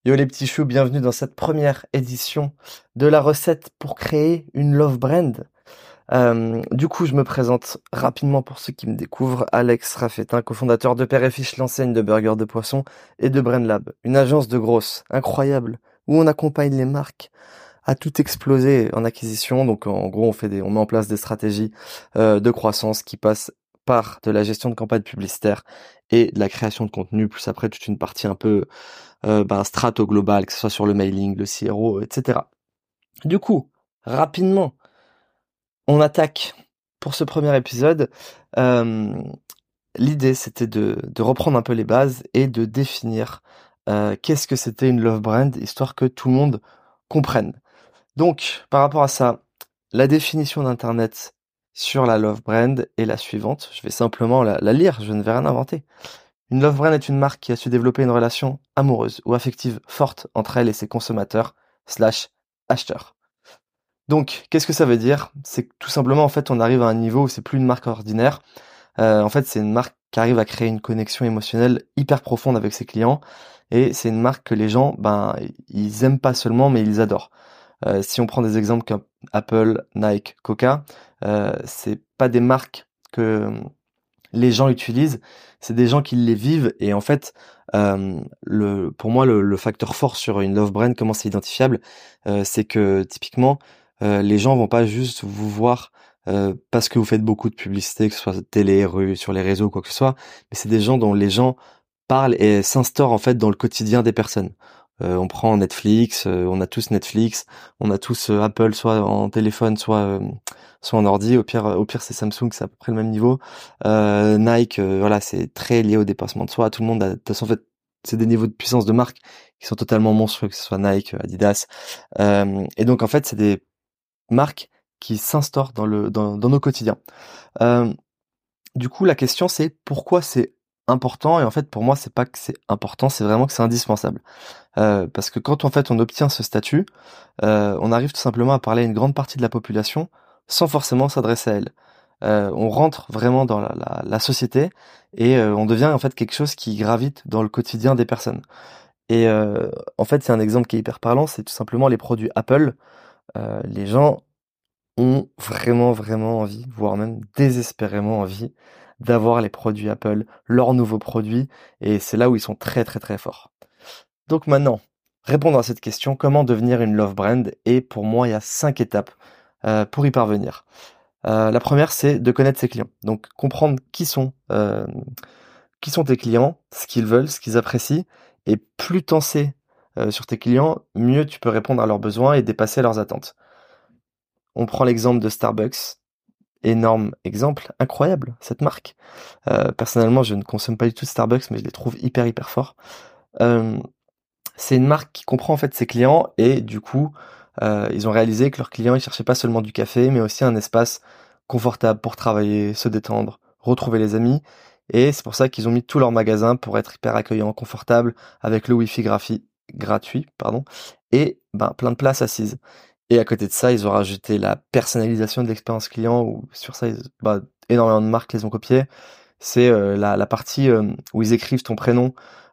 Yo les petits choux, bienvenue dans cette première édition de la recette pour créer une love brand. Du coup, je me présente rapidement pour ceux qui me découvrent. Alex Raffetin, cofondateur de Père et Fiche, l'enseigne de burgers de poisson et de BrainLab, une agence de grosses, incroyable, où on accompagne les marques à tout exploser en acquisition. Donc en gros, on met en place des stratégies de croissance qui passent par de la gestion de campagnes publicitaires et de la création de contenu, plus après toute une partie un peu strat au global, que ce soit sur le mailing, le CRO, etc. Du coup, rapidement, on attaque pour ce premier épisode. Euh, L'idée, c'était de reprendre un peu les bases et de définir qu'est-ce que c'était une love brand, histoire que tout le monde comprenne. Donc, par rapport à ça, la définition d'Internet sur la love brand est la suivante. Je vais simplement la lire, je ne vais rien inventer. Une love brand est une marque qui a su développer une relation amoureuse ou affective forte entre elle et ses consommateurs slash acheteurs. Donc, qu'est-ce que ça veut dire? C'est que tout simplement, en fait, on arrive à un niveau où c'est plus une marque ordinaire. En fait, c'est une marque qui arrive à créer une connexion émotionnelle hyper profonde avec ses clients. Et c'est une marque que les gens, ils aiment pas seulement, mais ils adorent. Si on prend des exemples comme Apple, Nike, Coca, c'est pas des marques que les gens utilisent, c'est des gens qui les vivent et en fait, pour moi le facteur fort sur une love brand, comment c'est identifiable, c'est que typiquement, les gens vont pas juste vous voir, parce que vous faites beaucoup de publicité, que ce soit télé, rue, sur les réseaux, quoi que ce soit, mais c'est des gens dont les gens parlent et s'instaurent en fait dans le quotidien des personnes. On prend Netflix, on a tous Netflix, on a tous Apple, soit en téléphone, soit en ordi. Au pire c'est Samsung, c'est à peu près le même niveau. Nike, voilà, c'est très lié au dépassement de soi. Tout le monde a, de toute façon, en fait, c'est des niveaux de puissance de marque qui sont totalement monstrueux, que ce soit Nike, Adidas. Et donc en fait, c'est des marques qui s'instaurent dans nos quotidiens. Euh, du coup, la question c'est pourquoi c'est important, et en fait pour moi c'est pas que c'est important, c'est vraiment que c'est indispensable. Parce que quand en fait on obtient ce statut, on arrive tout simplement à parler à une grande partie de la population sans forcément s'adresser à elle. On rentre vraiment dans la société et on devient en fait quelque chose qui gravite dans le quotidien des personnes. Et en fait, c'est un exemple qui est hyper parlant, c'est tout simplement les produits Apple. Les gens ont vraiment, vraiment envie, voire même désespérément envie, d'avoir les produits Apple, leurs nouveaux produits, et c'est là où ils sont très, très, très forts. Donc maintenant, répondre à cette question, comment devenir une love brand? Et pour moi, il y a 5 étapes pour y parvenir. La première, c'est de connaître ses clients. Donc comprendre qui sont tes clients, ce qu'ils veulent, ce qu'ils apprécient, et plus t'en sais sur tes clients, mieux tu peux répondre à leurs besoins et dépasser leurs attentes. On prend l'exemple de Starbucks. Énorme exemple, incroyable cette marque. Personnellement, je ne consomme pas du tout de Starbucks, mais je les trouve hyper hyper forts. Euh, c'est une marque qui comprend en fait ses clients et du coup, ils ont réalisé que leurs clients ils cherchaient pas seulement du café, mais aussi un espace confortable pour travailler, se détendre, retrouver les amis. Et c'est pour ça qu'ils ont mis tous leurs magasins pour être hyper accueillants, confortables, avec le Wi-Fi gratuit, pardon, et plein de places assises. Et à côté de ça, ils ont rajouté la personnalisation de l'expérience client, où sur ça, énormément de marques les ont copiés. C'est la partie où ils écrivent ton prénom,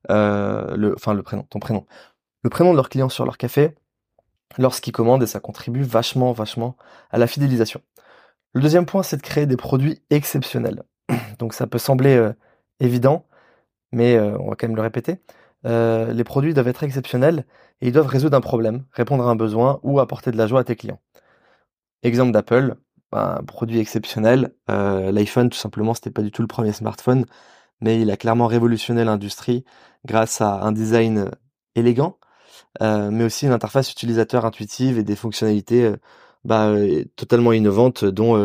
ton prénom, le prénom de leur client sur leur café lorsqu'ils commandent, et ça contribue vachement, vachement à la fidélisation. Le deuxième point, c'est de créer des produits exceptionnels. Donc ça peut sembler évident, mais on va quand même le répéter. Les produits doivent être exceptionnels et ils doivent résoudre un problème, répondre à un besoin ou apporter de la joie à tes clients. Exemple d'Apple, un produit exceptionnel. L'iPhone, tout simplement, c'était pas du tout le premier smartphone, mais il a clairement révolutionné l'industrie grâce à un design élégant, mais aussi une interface utilisateur intuitive et des fonctionnalités totalement innovantes, dont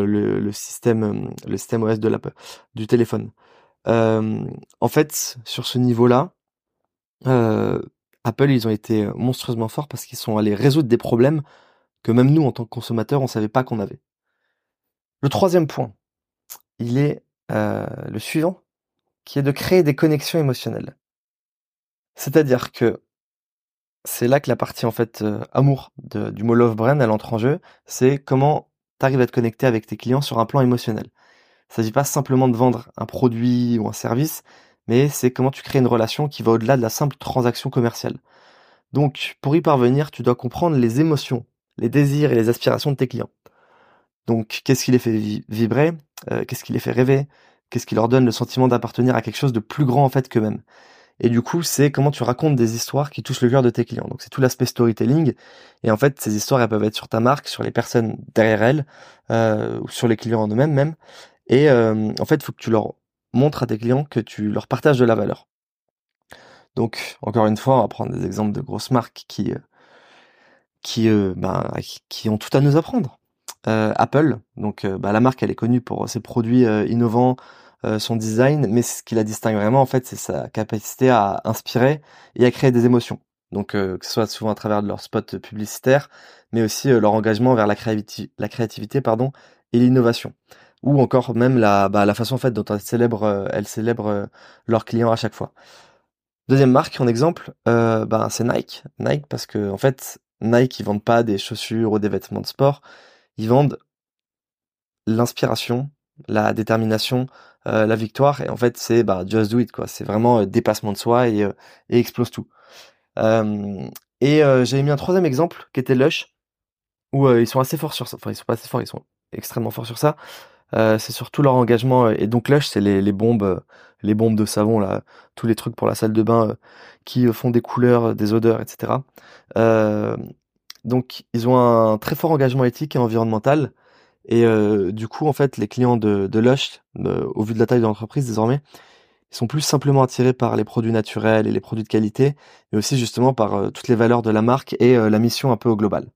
le système OS de du téléphone. Euh, En fait, sur ce niveau-là, euh, Apple, ils ont été monstrueusement forts parce qu'ils sont allés résoudre des problèmes que même nous, en tant que consommateurs, on savait pas qu'on avait. Le troisième point, il est le suivant, qui est de créer des connexions émotionnelles. C'est-à-dire que c'est là que la partie en fait amour du mot love brand elle entre en jeu. C'est comment t'arrives à te connecter avec tes clients sur un plan émotionnel. Il s'agit pas simplement de vendre un produit ou un service, mais c'est comment tu crées une relation qui va au-delà de la simple transaction commerciale. Donc, pour y parvenir, tu dois comprendre les émotions, les désirs et les aspirations de tes clients. Donc, qu'est-ce qui les fait vibrer? Qu'est-ce qui les fait rêver? Qu'est-ce qui leur donne le sentiment d'appartenir à quelque chose de plus grand en fait qu'eux-mêmes? Et du coup, c'est comment tu racontes des histoires qui touchent le cœur de tes clients. Donc, c'est tout l'aspect storytelling. Et en fait, ces histoires, elles peuvent être sur ta marque, sur les personnes derrière elles, ou sur les clients en eux-mêmes même. Et en fait, il faut que tu leur montres à tes clients que tu leur partages de la valeur. Donc, encore une fois, on va prendre des exemples de grosses marques qui ont tout à nous apprendre. Apple, donc la marque, elle est connue pour ses produits innovants, son design, mais ce qui la distingue vraiment, en fait, c'est sa capacité à inspirer et à créer des émotions. Donc, que ce soit souvent à travers de leurs spots publicitaires, mais aussi leur engagement vers la créativité, pardon, et l'innovation. Ou encore même la façon en fait dont elles célèbrent leurs clients à chaque fois. Deuxième marque en exemple, c'est Nike. Nike parce que en fait, Nike, ils vendent pas des chaussures ou des vêtements de sport, ils vendent l'inspiration, la détermination, la victoire et en fait, c'est just do it quoi. C'est vraiment dépassement de soi et explose tout. Hem J'avais mis un troisième exemple qui était Lush où ils sont assez forts sur ça. Enfin, ils sont pas assez forts, ils sont extrêmement forts sur ça. C'est surtout leur engagement, et donc Lush, c'est les bombes de savon là, tous les trucs pour la salle de bain, qui font des couleurs, des odeurs, et cetera. Hem, donc ils ont un très fort engagement éthique et environnemental et du coup, en fait, les clients de Lush, au vu de la taille de l'entreprise désormais, ils sont plus simplement attirés par les produits naturels et les produits de qualité, mais aussi justement par, toutes les valeurs de la marque et la mission un peu au global.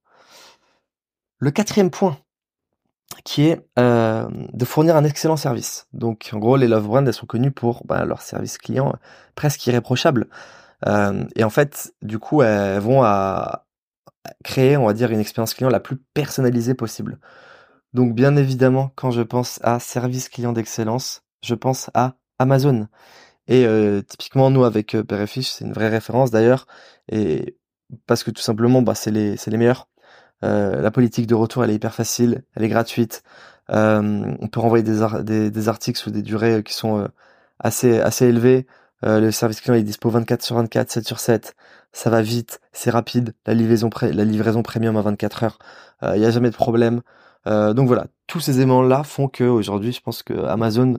Le quatrième point qui est de fournir un excellent service. Donc en gros, les love brands, elles sont connues pour leur service client presque irréprochable. Et en fait, du coup, elles vont à créer, on va dire, une expérience client la plus personnalisée possible. Donc bien évidemment, quand je pense à service client d'excellence, je pense à Amazon. Et typiquement, nous, avec Père et Fiche, c'est une vraie référence d'ailleurs. Et parce que tout simplement, c'est les meilleurs. La politique de retour, elle est hyper facile, elle est gratuite. On peut renvoyer des articles sous des durées qui sont assez élevées. Le service client est dispo 24 sur 24, 7 sur 7. Ça va vite, c'est rapide. La livraison premium à 24 heures. Il y a jamais de problème. Donc voilà, tous ces éléments-là font que aujourd'hui, je pense que Amazon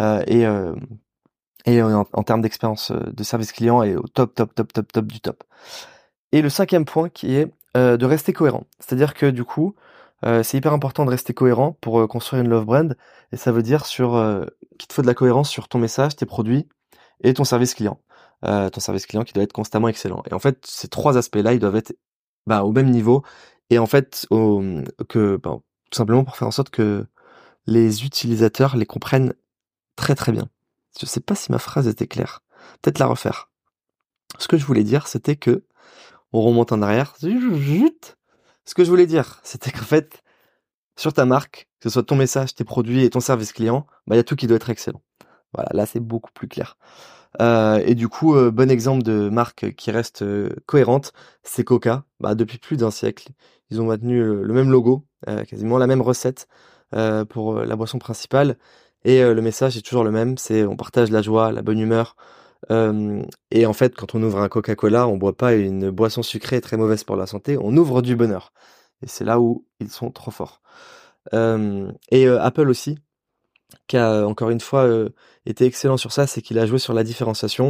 est en termes d'expérience de service client est au top, top, top, top, top du top. Et le cinquième point qui est de rester cohérent. C'est-à-dire que du coup, c'est hyper important de rester cohérent pour construire une love brand. Et ça veut dire qu'il te faut de la cohérence sur ton message, tes produits et ton service client. Ton service client qui doit être constamment excellent. Et en fait, ces trois aspects-là, ils doivent être au même niveau. Et en fait, tout simplement pour faire en sorte que les utilisateurs les comprennent très très bien. Je sais pas si ma phrase était claire. Peut-être la refaire. Ce que je voulais dire, c'était que on remonte en arrière. Ce que je voulais dire, c'était qu'en fait, sur ta marque, que ce soit ton message, tes produits et ton service client, il y a tout qui doit être excellent. Voilà, là c'est beaucoup plus clair. Et du coup, bon exemple de marque qui reste cohérente, c'est Coca. Depuis plus d'un siècle, ils ont maintenu le même logo, quasiment la même recette pour la boisson principale. Et le message est toujours le même, c'est on partage la joie, la bonne humeur, et en fait, quand on ouvre un Coca-Cola, on boit pas une boisson sucrée très mauvaise pour la santé, on ouvre du bonheur. Et c'est là où ils sont trop forts. Apple aussi, qui a encore une fois été excellent sur ça, c'est qu'il a joué sur la différenciation.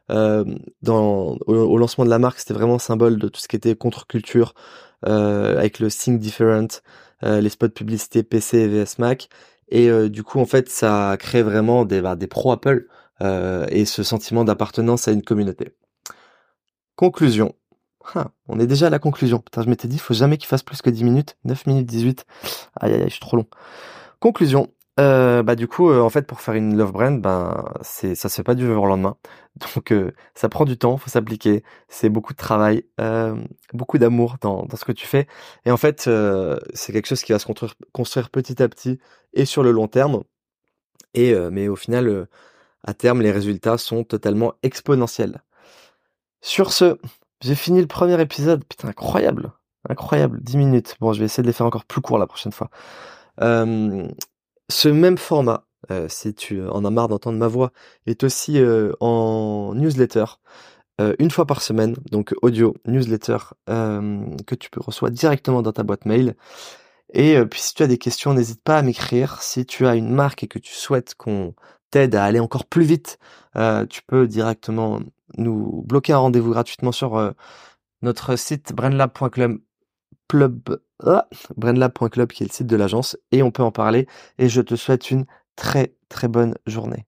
Au lancement de la marque, c'était vraiment symbole de tout ce qui était contre-culture, avec le Think Different, les spots publicité PC et VS Mac. Et du coup, en fait, ça a créé vraiment des pros Apple et ce sentiment d'appartenance à une communauté. Conclusion. On est déjà à la conclusion. Putain, je m'étais dit, faut jamais qu'il fasse plus que 10 minutes. 9 minutes 18. Aïe, aïe, aïe, je suis trop long. Conclusion. Du coup, en fait, pour faire une love brand, ça se fait pas du jour au lendemain. Donc, ça prend du temps, faut s'appliquer. C'est beaucoup de travail, beaucoup d'amour dans ce que tu fais. Et en fait, c'est quelque chose qui va se construire petit à petit et sur le long terme. Mais au final, à terme, les résultats sont totalement exponentiels. Sur ce, j'ai fini le premier épisode. Putain, incroyable. Incroyable. 10 minutes. Bon, je vais essayer de les faire encore plus courts la prochaine fois. Ce même format, si tu en as marre d'entendre ma voix, est aussi en newsletter. une fois par semaine, donc audio, newsletter, que tu peux reçois directement dans ta boîte mail. Et puis si tu as des questions, n'hésite pas à m'écrire. Si tu as une marque et que tu souhaites qu'on t'aide à aller encore plus vite, tu peux directement nous bloquer un rendez-vous gratuitement sur notre site brainlab.club qui est le site de l'agence, et on peut en parler. Et je te souhaite une très très bonne journée.